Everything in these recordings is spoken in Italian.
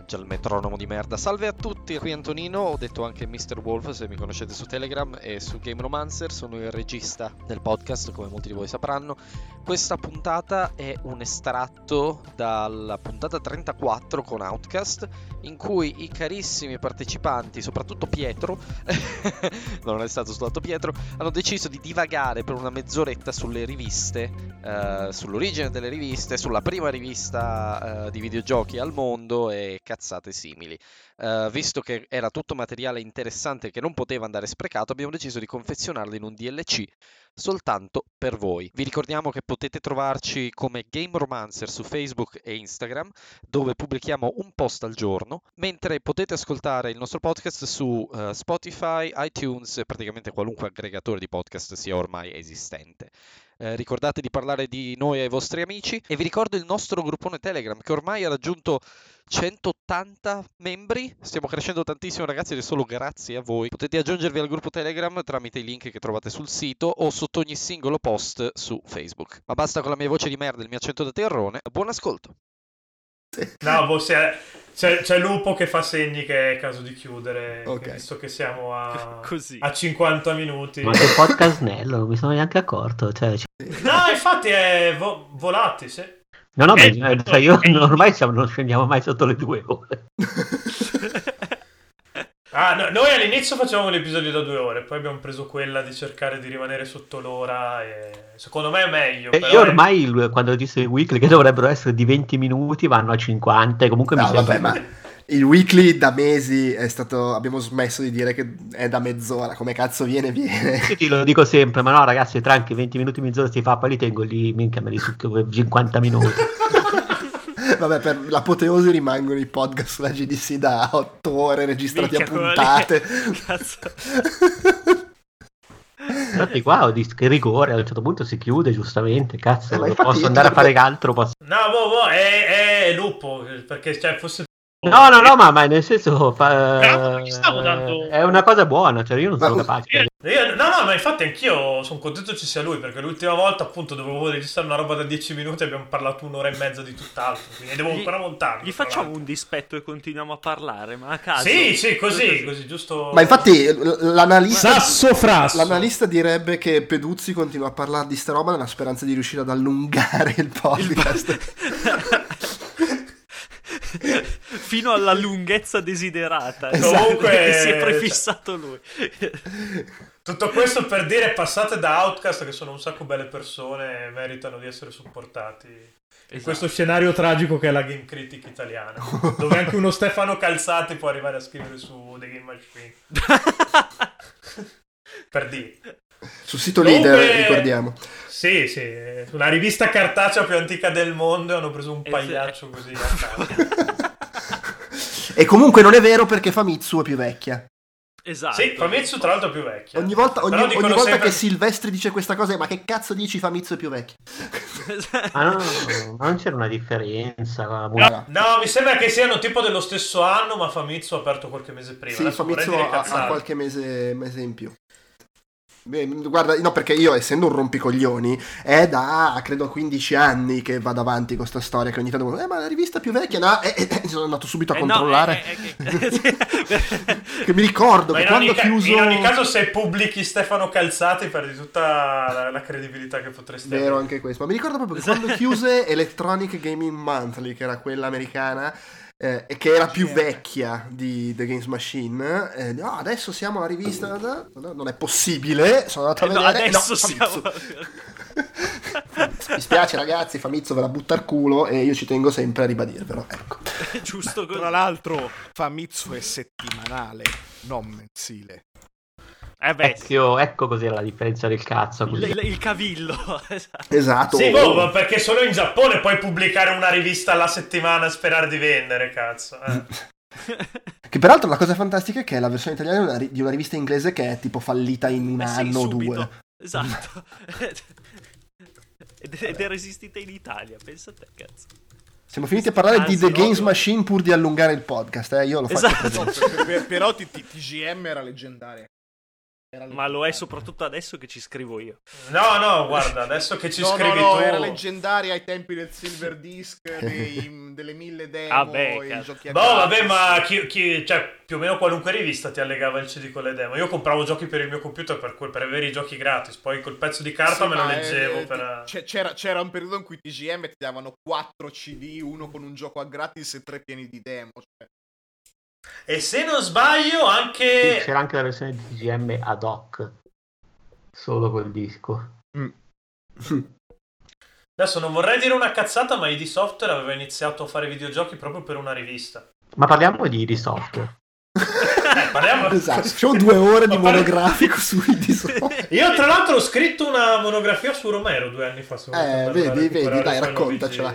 appoggia il metronomo di merda. Salve a tutti, qui Antonino, ho detto anche Mr. Wolf se mi conoscete su Telegram e su Game Romancer, sono il regista del podcast come molti di voi sapranno. Questa puntata è un estratto dalla puntata 34 con Outcast, in cui i carissimi partecipanti, soprattutto Pietro, non è stato soltanto Pietro, hanno deciso di divagare per una mezz'oretta sulle riviste, sull'origine delle riviste, sulla prima rivista di videogiochi al mondo e cazzate simili. Visto che era tutto materiale interessante che non poteva andare sprecato, abbiamo deciso di confezionarlo in un DLC soltanto per voi. Vi ricordiamo che potete trovarci come Game Romancer su Facebook e Instagram, dove pubblichiamo un post al giorno, mentre potete ascoltare il nostro podcast su Spotify, iTunes e praticamente qualunque aggregatore di podcast sia ormai esistente. Ricordate di parlare di noi ai vostri amici e vi ricordo il nostro gruppone Telegram che ormai ha raggiunto 180 membri. Stiamo crescendo tantissimo ragazzi ed è solo grazie a voi. Potete aggiungervi al gruppo Telegram tramite i link che trovate sul sito o sotto ogni singolo post su Facebook. Ma basta con la mia voce di merda e il mio accento da terrone. Buon ascolto. No, c'è Lupo che fa segni che è caso di chiudere, Okay. visto che siamo a 50 minuti. Ma che podcast snello, non mi sono neanche accorto. Cioè, No, infatti è volati, sì. no, cioè io ormai non scendiamo mai sotto le 2 ore. No, noi all'inizio facevamo l'episodio da 2 ore, poi abbiamo preso quella di cercare di rimanere sotto l'ora e secondo me è meglio. Però Io ormai quando ho visto i weekly che dovrebbero essere di 20 minuti vanno a 50 e comunque mi sembra... Vabbè, ma il weekly da mesi è stato, abbiamo smesso di dire che è da mezz'ora, come cazzo viene. Sì, lo dico sempre, ma no ragazzi, tra anche 20 minuti, mezz'ora si fa, poi li tengo lì, minchia, me li succhio 50 minuti. Vabbè, per l'apoteosi rimangono i podcast sulla GDC da 8 ore registrati a puntate. Cazzo. Infatti qua ho visto che rigore, a un certo punto si chiude giustamente, cazzo, ma infatti posso andare a fare altro, posso... No, è Lupo, perché cioè fosse... No, ma nel senso gli stavo dando... è una cosa buona, cioè io non sono capace. No, ma infatti anch'io sono contento ci sia lui, perché l'ultima volta appunto dovevo registrare una roba da 10 minuti e abbiamo parlato un'ora e mezza di tutt'altro, quindi devo ancora montarlo. Gli facciamo un dispetto e continuiamo a parlare, ma a caso. Sì, così, giusto. Ma infatti l'analista Sassofrasso. l'analista direbbe che Peduzzi continua a parlare di sta roba nella speranza di riuscire ad allungare il podcast. Fino alla lunghezza desiderata. Comunque che si è prefissato lui. Tutto questo per dire passate da Outcast, che sono un sacco belle persone e meritano di essere supportati in questo scenario tragico che è la Game Critic italiana, dove anche uno Stefano Calzati può arrivare a scrivere su The Game Machine. Per dire. Sul sito Comunque, leader, ricordiamo. Sì, la rivista cartacea più antica del mondo, hanno preso un pagliaccio così a caso. E comunque non è vero perché Famitsu è più vecchia. Esatto. Sì, Famitsu tra l'altro è più vecchia. Ogni volta sempre... che Silvestri dice questa cosa, ma che cazzo dici Famitsu è più vecchia? Ma non c'era una differenza. No, mi sembra che siano tipo dello stesso anno, ma Famitsu ha aperto qualche mese prima. Sì, Adesso Famitsu vorrei dire ha cazzate. qualche mese in più. Beh, guarda, no, perché io essendo un rompicoglioni è da credo 15 anni che vado avanti con questa storia che ogni tanto ma la rivista più vecchia sono andato subito a controllare che mi ricordo ma che quando chiuso in ogni caso se pubblichi Stefano Calzati perdi tutta la credibilità che potresti vero avere. Anche questo, ma mi ricordo proprio che quando chiuse Electronic Gaming Monthly, che era quella americana e che era più vecchia di The Games Machine, no, adesso siamo alla rivista, no, non è possibile, sono andato a vedere, adesso siamo mi spiace ragazzi, Famitsu ve la butta al culo e io ci tengo sempre a ribadirvelo, ecco. Giusto così. Tra l'altro Famitsu è settimanale, non mensile. Ecco cos'era la differenza del cazzo. Il cavillo. Esatto. Sì, ma perché solo in Giappone puoi pubblicare una rivista alla settimana e sperare di vendere, cazzo. Che peraltro la cosa fantastica è che è la versione italiana di una rivista inglese che è tipo fallita in un anno o due. Esatto. Ed è resistita in Italia, pensa a te, cazzo. Siamo finiti a parlare di The Games Machine pur di allungare il podcast, io lo faccio presente. Però TGM era leggendaria. Ma lo è soprattutto adesso che ci scrivo io. No, guarda, adesso che ci scrivi no, tu... era leggendaria ai tempi del Silver Disc, delle 1000 demo, Vabbè, i cazzo. giochi a Boh, gratis. vabbè, ma cioè, più o meno qualunque rivista ti allegava il CD con le demo. Io compravo giochi per il mio computer per avere i giochi gratis, poi col pezzo di carta Sì, me lo ma, leggevo per... c'era un periodo in cui TGM ti davano 4 CD, uno con un gioco a gratis e 3 pieni di demo. Cioè. E se non sbaglio anche... C'era anche la versione di TGM ad hoc, solo col disco. Adesso non vorrei dire una cazzata, ma ID Software aveva iniziato a fare videogiochi proprio per una rivista. Ma parliamo di software. Parliamo... Esatto, facciamo 2 ore di monografico sui disordini. Io tra l'altro ho scritto una monografia su Romero 2 anni fa. Vedi, dai, raccontacela.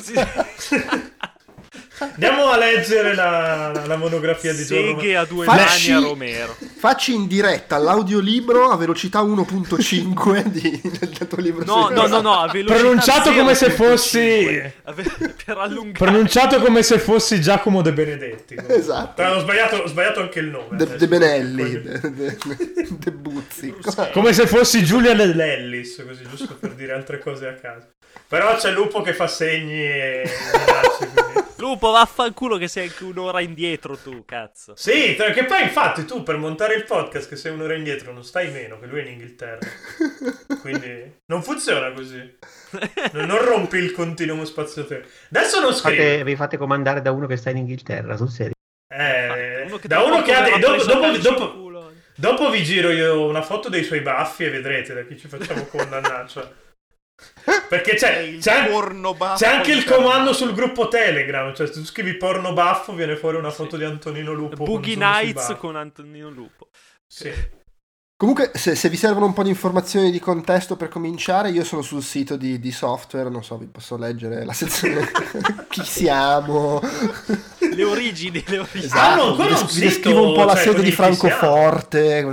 Andiamo a leggere la monografia di John Romero. Seghe a 2 Facci- mani a Romero. Facci in diretta l'audiolibro a velocità 1.5 del tuo libro. No, a velocità Pronunciato come se 0.5. fossi... Per allungare. Pronunciato come se fossi Giacomo De Benedetti. Esatto. Ho sbagliato anche il nome. De Benelli, De Buzzi. Come se fossi Giulia Lellis, così, giusto per dire altre cose a caso. Però c'è Lupo che fa segni e minacce, quindi... Lupo, vaffanculo che sei anche un'ora indietro tu, cazzo. Sì, che poi infatti tu per montare il podcast che sei un'ora indietro non stai meno, che lui è in Inghilterra. Quindi non funziona così. Non rompi il continuum spazio-tempo. Adesso non scrivi. Vi fate comandare da uno che sta in Inghilterra, sul serio. Da uno che ha dopo dopo vi giro io una foto dei suoi baffi e vedrete da chi ci facciamo condannare. Cioè. Perché c'è anche il comando sul gruppo Telegram. Cioè, se tu scrivi porno baffo, viene fuori una foto di Antonino Lupo. Boogie Nights con Antonino Lupo. Sì. Comunque, se vi servono un po' di informazioni di contesto per cominciare, io sono sul sito di software, non so, vi posso leggere la sezione chi siamo. Le origini. Esatto, vi descrivo un po' la sede di Francoforte.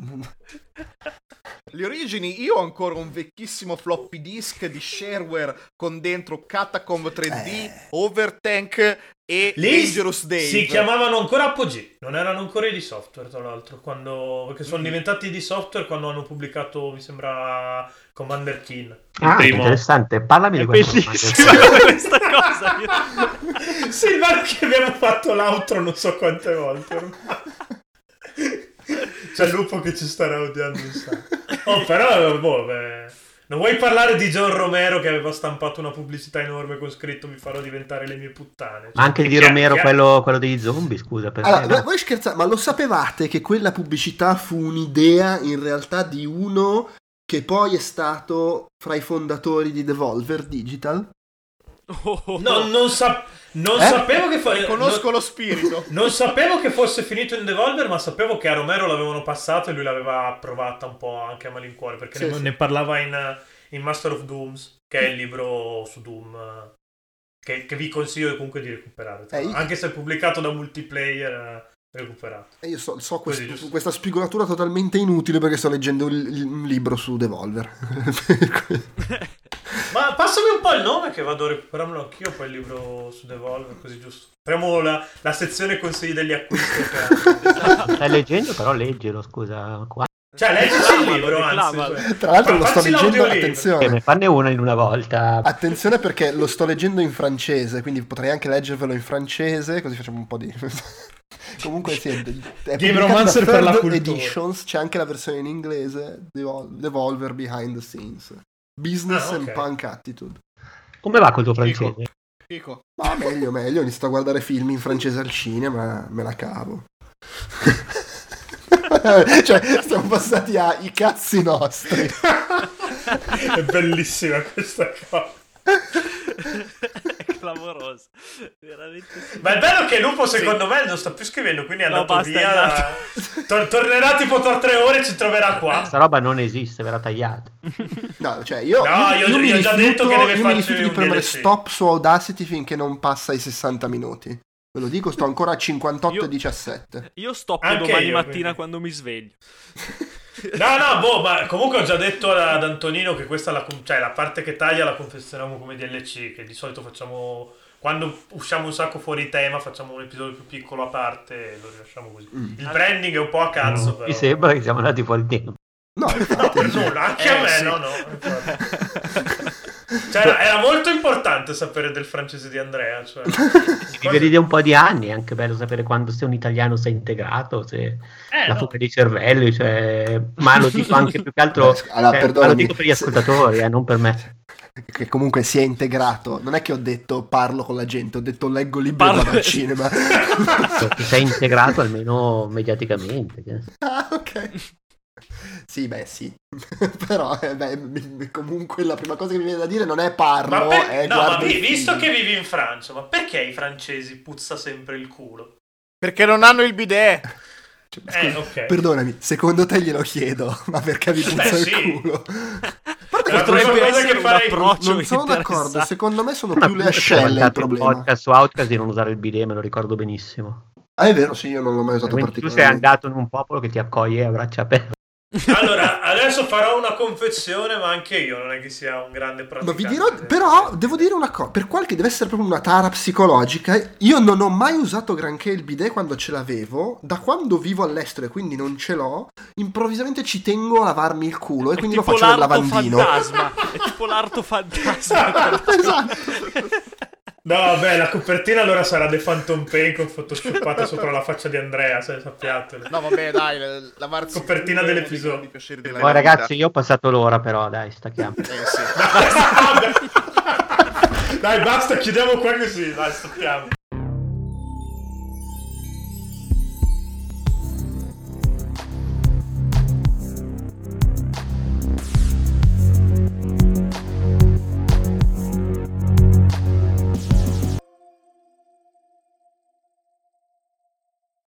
Le origini, io ho ancora un vecchissimo floppy disk di shareware con dentro Catacomb 3D, Overtank e Dangerous Days. Si chiamavano ancora Apogee, non erano ancora di software tra l'altro, perché sono diventati di software quando hanno pubblicato, mi sembra, Commander Keen. Interessante, parlami di questo. Questa cosa. Silvano che abbiamo fatto l'outro non so quante volte ormai. C'è il Lupo che ci starà odiando un sacco. Però non vuoi parlare di John Romero che aveva stampato una pubblicità enorme con scritto "vi farò diventare le mie puttane", Ma anche di Romero quello degli zombie, scusa, perché allora, no? voi scherzate, ma lo sapevate che quella pubblicità fu un'idea in realtà di uno che poi è stato fra i fondatori di Devolver Digital? Non sapevo che conosco lo spirito. Non sapevo che fosse finito in Devolver, ma sapevo che a Romero l'avevano passato e lui l'aveva approvata un po' anche a malincuore, perché ne parlava in Master of Dooms, che è il libro su Doom che vi consiglio comunque di recuperare, anche se è pubblicato da Multiplayer. Recuperato. Io so questa spigolatura totalmente inutile perché sto leggendo un libro su Devolver. Ma passami un po' il nome che vado a recuperarmelo anch'io, poi il libro su Devolver, così giusto. Apriamo la sezione consigli degli acquisti. Stai leggendo, però leggilo, scusa. Qua. Cioè, leggici il libro, anzi. Tra l'altro lo sto leggendo, attenzione. Fanne una in una volta. Attenzione perché lo sto leggendo in francese, quindi potrei anche leggervelo in francese, così facciamo un po' di... Comunque sì, è Game Romancer per la cultura. Editions, c'è anche la versione in inglese, Devolver Behind the Scenes, Business and Punk Attitude. Come va col tuo francese? Fico. Ma meglio, ho iniziato a guardare film in francese al cinema, me la cavo. Cioè, siamo passati ai cazzi nostri. È bellissima questa cosa. È clamoroso, veramente sì. Ma è bello che Lupo secondo me non sta più scrivendo, quindi è andato via. Tornerà tipo tra 3 ore e ci troverà qua. Questa roba non esiste, verrà tagliata. No, cioè io mi ho già detto che deve mi rifiuto farci di un premere DLC. stop su Audacity finché non passa i 60 minuti. Ve lo dico, sto ancora a 58,17. Io stoppo Anche domani io, mattina quindi. quando mi sveglio. Ma comunque ho già detto ad Antonino che questa la parte che taglia la confezioniamo come DLC, che di solito facciamo quando usciamo un sacco fuori tema facciamo un episodio più piccolo a parte e lo rilasciamo così. Il branding è un po' a cazzo, però. Mi sembra che siamo andati fuori tempo. No, No, per nulla, anche a me, sì. no. Cioè, era molto importante sapere del francese di Andrea. Cioè. Vivi da un po' di anni, è anche bello sapere quando se un italiano si è integrato, se la fuga dei cervelli, cioè, ma lo dico anche più che altro, Allora, ma lo perdonami. dico per gli ascoltatori, non per me. Che comunque si è integrato. Non è che ho detto parlo con la gente, ho detto leggo libri e vado al cinema. Ti sei integrato almeno mediaticamente. Ah, ok. Sì, beh, sì. Però, comunque la prima cosa che mi viene da dire non è parlo, è guardo i visto film. che vivi in Francia, ma perché ai francesi puzza sempre il culo? Perché non hanno il bidet. Scusa, ok. Perdonami, secondo te glielo chiedo, ma perché vi puzza il sì. culo? È la prima cosa che farei. Non sono d'accordo, secondo me sono più le ascelle il problema. Podcast su Outcast di non usare il bidet, me lo ricordo benissimo. Ah, è vero, sì, io non l'ho mai usato Tu sei particolarmente. andato in un popolo che ti accoglie a braccia aperte. Allora, adesso farò una confessione, ma anche io non è che sia un grande Ma praticante. vi dirò, però devo dire una cosa, per qualche deve essere proprio una tara psicologica, io non ho mai usato granché il bidet quando ce l'avevo, da quando vivo all'estero e quindi non ce l'ho, improvvisamente ci tengo a lavarmi il culo e quindi lo faccio nel lavandino. È tipo l'arto fantasma. Esatto. No, vabbè, la copertina allora sarà The Phantom Pain con photoshoppata sopra la faccia di Andrea, se sappiatelo. No, vabbè, dai, lavarsi Copertina il culo è uno dell'episodio. dei grandi piaceri della Poi vita. ragazzi, io ho passato l'ora però, dai, stacchiamo. Sì. Dai, basta, chiudiamo qua così, dai, stoppiamo.